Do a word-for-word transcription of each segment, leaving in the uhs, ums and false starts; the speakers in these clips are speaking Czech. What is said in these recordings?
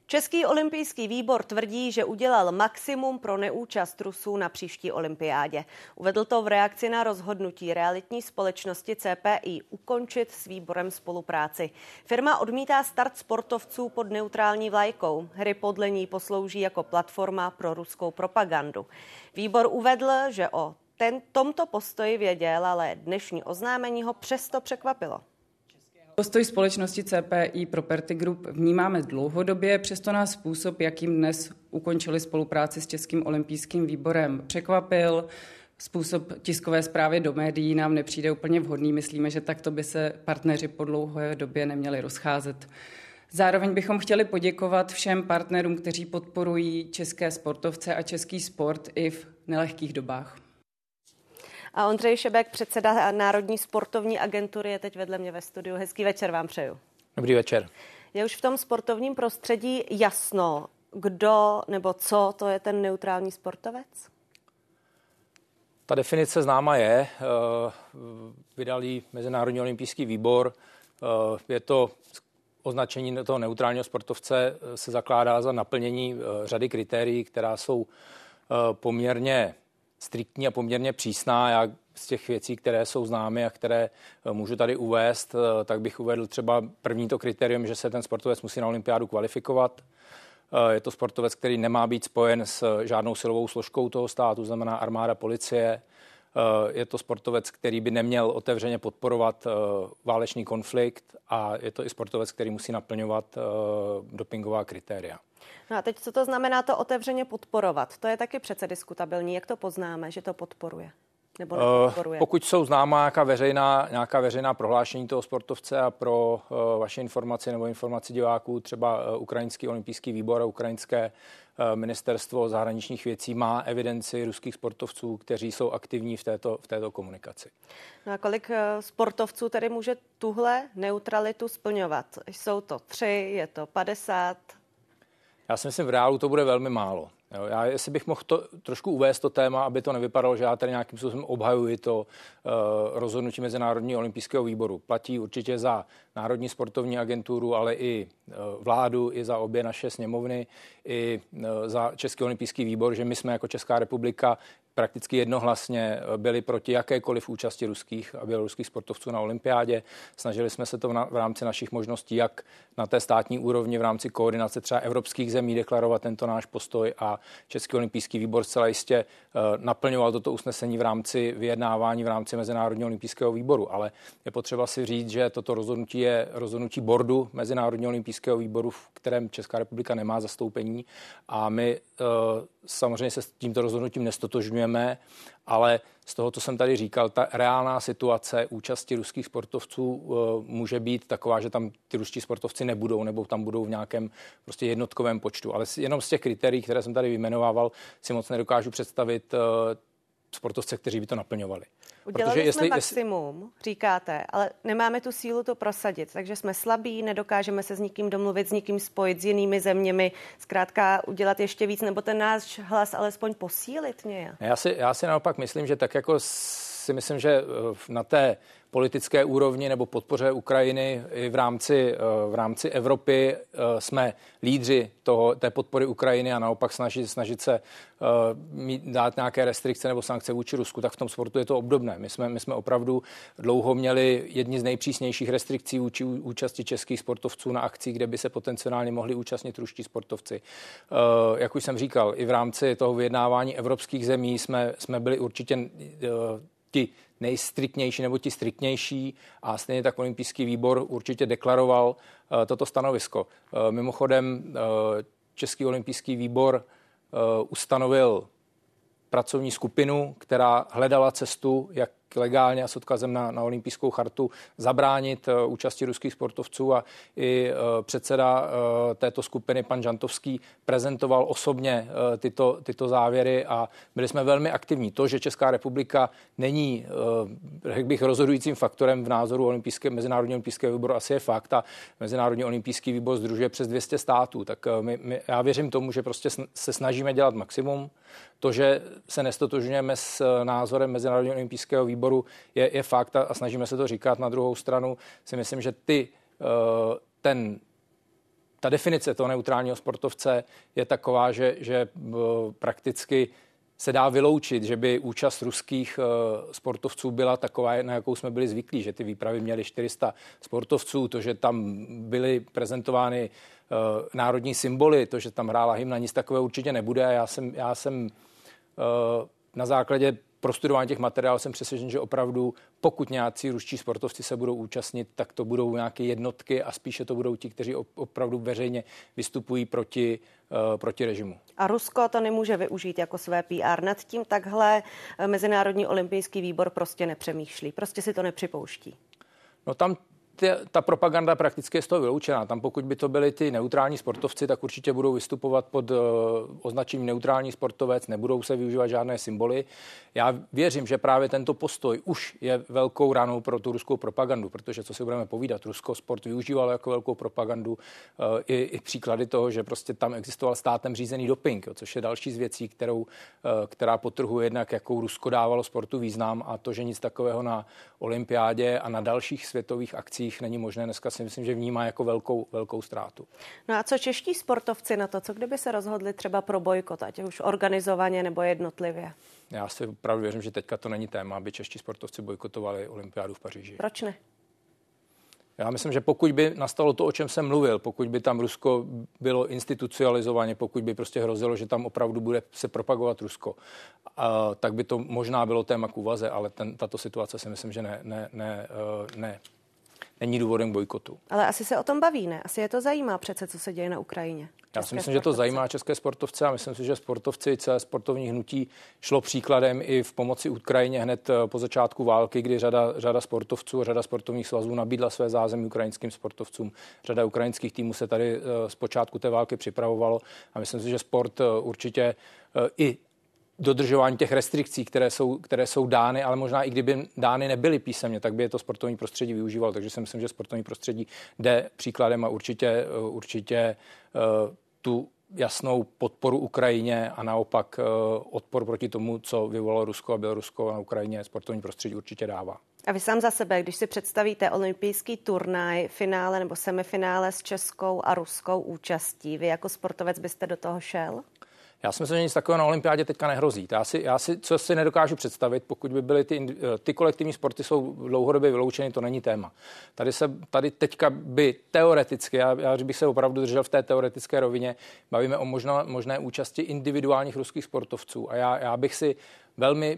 Český olympijský výbor tvrdí, že udělal maximum pro neúčast Rusů na příští olympiádě. Uvedl to v reakci na rozhodnutí realitní společnosti C P I ukončit s výborem spolupráci. Firma odmítá start sportovců pod neutrální vlajkou. Hry podle ní poslouží jako platforma pro ruskou propagandu. Výbor uvedl, že o ten, tomto postoji věděl, ale dnešní oznámení ho přesto překvapilo. Postoj společnosti C P I Property Group vnímáme dlouhodobě, přesto nás způsob, jakým dnes ukončili spolupráci s Českým olympijským výborem, překvapil. Způsob tiskové zprávy do médií nám nepřijde úplně vhodný. Myslíme, že takto by se partneři po dlouhé době neměli rozcházet. Zároveň bychom chtěli poděkovat všem partnerům, kteří podporují české sportovce a český sport i v nelehkých dobách. A Ondřej Šebek, předseda Národní sportovní agentury, je teď vedle mě ve studiu. Hezký večer vám přeju. Dobrý večer. Je už v tom sportovním prostředí jasno, kdo nebo co to je ten neutrální sportovec? Ta definice známa je. Vydal ji Mezinárodní olympijský výbor. Je to označení toho neutrálního sportovce se zakládá za naplnění řady kritérií, která jsou poměrně striktní a poměrně přísná. Já z těch věcí, které jsou známy a které můžu tady uvést, tak bych uvedl třeba první to kritérium, že se ten sportovec musí na olympiádu kvalifikovat. Je to sportovec, který nemá být spojen s žádnou silovou složkou toho státu, znamená armáda, policie. Je to sportovec, který by neměl otevřeně podporovat válečný konflikt a je to i sportovec, který musí naplňovat dopingová kritéria. No a teď, co to znamená to otevřeně podporovat? To je taky přece diskutabilní. Jak to poznáme, že to podporuje? Nebo nepodporuje? Pokud jsou známá nějaká veřejná, nějaká veřejná prohlášení toho sportovce a pro uh, vaše informaci nebo informaci diváků, třeba uh, Ukrajinský olympijský výbor a ukrajinské uh, ministerstvo zahraničních věcí má evidenci ruských sportovců, kteří jsou aktivní v této, v této komunikaci. No a kolik uh, sportovců tedy může tuhle neutralitu splňovat? Jsou to tři, je to padesát? Já si myslím, v reálu to bude velmi málo. Jo, já, jestli bych mohl to, trošku uvést to téma, aby to nevypadalo, že já tady nějakým způsobem obhajuji to uh, rozhodnutí Mezinárodního olympijského výboru. Platí určitě za Národní sportovní agenturu, ale i uh, vládu, i za obě naše sněmovny, i uh, za Český olympijský výbor, že my jsme jako Česká republika prakticky jednohlasně byli proti jakékoliv účasti ruských a běloruských sportovců na olympiádě. Snažili jsme se to v, na, v rámci našich možností, jak na té státní úrovni, v rámci koordinace třeba evropských zemí deklarovat tento náš postoj a Český olympijský výbor zcela jistě uh, naplňoval toto usnesení v rámci vyjednávání v rámci Mezinárodního olympijského výboru. Ale je potřeba si říct, že toto rozhodnutí je rozhodnutí bordu Mezinárodního olympijského výboru, v kterém Česká republika nemá zastoupení a my uh, samozřejmě se s tímto rozhodnutím nestotožňujeme, ale z toho, co jsem tady říkal, ta reálná situace účasti ruských sportovců uh, může být taková, že tam ty ruští sportovci nebudou, nebo tam budou v nějakém prostě jednotkovém počtu. Ale jenom z těch kritérií, které jsem tady vyjmenovával, si moc nedokážu představit uh, sportovce, kteří by to naplňovali. Udělali Protože jsme jestli, maximum, jestli... říkáte, ale nemáme tu sílu to prosadit, takže jsme slabí, nedokážeme se s nikým domluvit, s nikým spojit, s jinými zeměmi, zkrátka udělat ještě víc, nebo ten náš hlas alespoň posílit nějak. Já si, já si naopak myslím, že tak jako si myslím, že na té politické úrovni nebo podpoře Ukrajiny i v rámci, v rámci Evropy jsme lídři toho, té podpory Ukrajiny a naopak snažit, snažit se mít, dát nějaké restrikce nebo sankce vůči Rusku, tak v tom sportu je to obdobné. My jsme, my jsme opravdu dlouho měli jedni z nejpřísnějších restrikcí vůči účasti českých sportovců na akcích, kde by se potenciálně mohli účastnit ruští sportovci. Jak už jsem říkal, i v rámci toho vyjednávání evropských zemí jsme, jsme byli určitě ti nejstriktnější nebo ti striktnější a stejně tak olympijský výbor určitě deklaroval uh, toto stanovisko. Uh, mimochodem uh, Český olympijský výbor uh, ustanovil pracovní skupinu, která hledala cestu, jak legálně a s odkazem na, na olympijskou chartu zabránit uh, účasti ruských sportovců a i uh, předseda uh, této skupiny, pan Žantovský, prezentoval osobně uh, tyto, tyto závěry a byli jsme velmi aktivní. To, že Česká republika není, uh, řekl bych, rozhodujícím faktorem v názoru olympijské, Mezinárodního olympijského výboru, asi je fakt a Mezinárodní olympijský výbor sdružuje přes dvě stě států, tak uh, my, my, já věřím tomu, že prostě se snažíme dělat maximum. To, že se nestotožňujeme s názorem Mezinárodního olympijského výboru, je, je fakt a, a snažíme se to říkat. Na druhou stranu si myslím, že ty, ten ta definice toho neutrálního sportovce je taková, že, že prakticky se dá vyloučit, že by účast ruských sportovců byla taková, na jakou jsme byli zvyklí, že ty výpravy měly čtyři sta sportovců, to, že tam byly prezentovány národní symboly, to, že tam hrála hymna, nic takového určitě nebude. Já jsem, já jsem na základě prostudování těch materiálů jsem přesvědčen, že opravdu pokud nějací ruští sportovci se budou účastnit, tak to budou nějaké jednotky a spíše to budou ti, kteří opravdu veřejně vystupují proti, uh, proti režimu. A Rusko to nemůže využít jako své P R. Nad tím takhle Mezinárodní olympijský výbor prostě nepřemýšlí, prostě si to nepřipouští. No tam ta propaganda prakticky je z toho vyloučená. Tam pokud by to byli ty neutrální sportovci, tak určitě budou vystupovat pod uh, označením neutrální sportovec, nebudou se využívat žádné symboly. Já věřím, že právě tento postoj už je velkou ranou pro tu ruskou propagandu, protože co si budeme povídat, Rusko sport využívalo jako velkou propagandu, uh, i, i příklady toho, že prostě tam existoval státem řízený doping, jo, což je další z věcí, kterou, uh, která podtrhuje jednak, jakou Rusko dávalo sportu význam, a to, že nic takového na olympiádě a na dalších světových akcích není možné, dneska si myslím, že vnímá jako velkou, velkou ztrátu. No a co čeští sportovci na to? Co kdyby se rozhodli třeba pro bojkot, ať už organizovaně nebo jednotlivě? Já si opravdu věřím, že teďka to není téma, aby čeští sportovci bojkotovali olympiádu v Paříži. Proč ne? Já myslím, že pokud by nastalo to, o čem jsem mluvil, pokud by tam Rusko bylo institucionalizovaně, pokud by prostě hrozilo, že tam opravdu bude se propagovat Rusko, a, tak by to možná bylo téma k úvaze, ale ten, tato situace si myslím, že ne, ne, ne, ne, není důvodem k bojkotu. Ale asi se o tom baví, ne? Asi je to zajímá přece, co se děje na Ukrajině. Já si myslím, že to zajímá české sportovce a myslím si, že sportovci, celé sportovní hnutí šlo příkladem i v pomoci Ukrajině hned po začátku války, kdy řada, řada sportovců, řada sportovních svazů nabídla své zázemí ukrajinským sportovcům. Řada ukrajinských týmů se tady z počátku té války připravovalo a myslím si, že sport určitě i dodržování těch restrikcí, které jsou, které jsou dány, ale možná i kdyby dány nebyly písemně, tak by je to sportovní prostředí využívalo. Takže si myslím, že sportovní prostředí jde příkladem a určitě, určitě uh, tu jasnou podporu Ukrajině a naopak uh, odpor proti tomu, co vyvolalo Rusko a Bělorusko na Ukrajině, sportovní prostředí určitě dává. A vy sám za sebe, když si představíte olympijský turnaj, finále nebo semifinále s českou a ruskou účastí, vy jako sportovec byste do toho šel? Já si myslím, že nic takového na olympiádě teďka nehrozí. Já si, já si, co si nedokážu představit, pokud by byly ty, ty kolektivní sporty jsou dlouhodobě vyloučeny, to není téma. Tady se, tady teďka by teoreticky, já, já bych se opravdu držel v té teoretické rovině, bavíme o možno, možné účasti individuálních ruských sportovců a já, já bych si velmi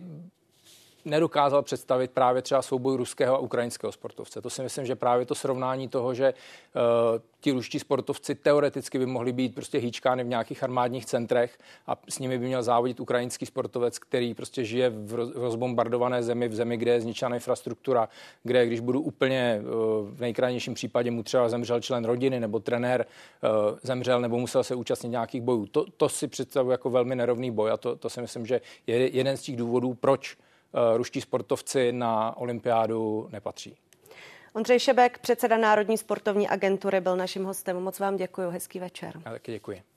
nedokázal představit právě třeba souboj ruského a ukrajinského sportovce. To si myslím, že právě to srovnání toho, že uh, ti ruští sportovci teoreticky by mohli být prostě hýčkány v nějakých armádních centrech a s nimi by měl závodit ukrajinský sportovec, který prostě žije v rozbombardované zemi, v zemi, kde je zničená infrastruktura, kde, když budu úplně uh, v nejkrajnějším případě mu třeba zemřel člen rodiny nebo trenér uh, zemřel nebo musel se účastnit nějakých bojů. To, to si představuji jako velmi nerovný boj a to, to si myslím, že je jeden z těch důvodů, proč ruští sportovci na olympiádu nepatří. Ondřej Šebek, předseda Národní sportovní agentury, byl naším hostem. Moc vám děkuji, hezký večer. Já taky děkuji.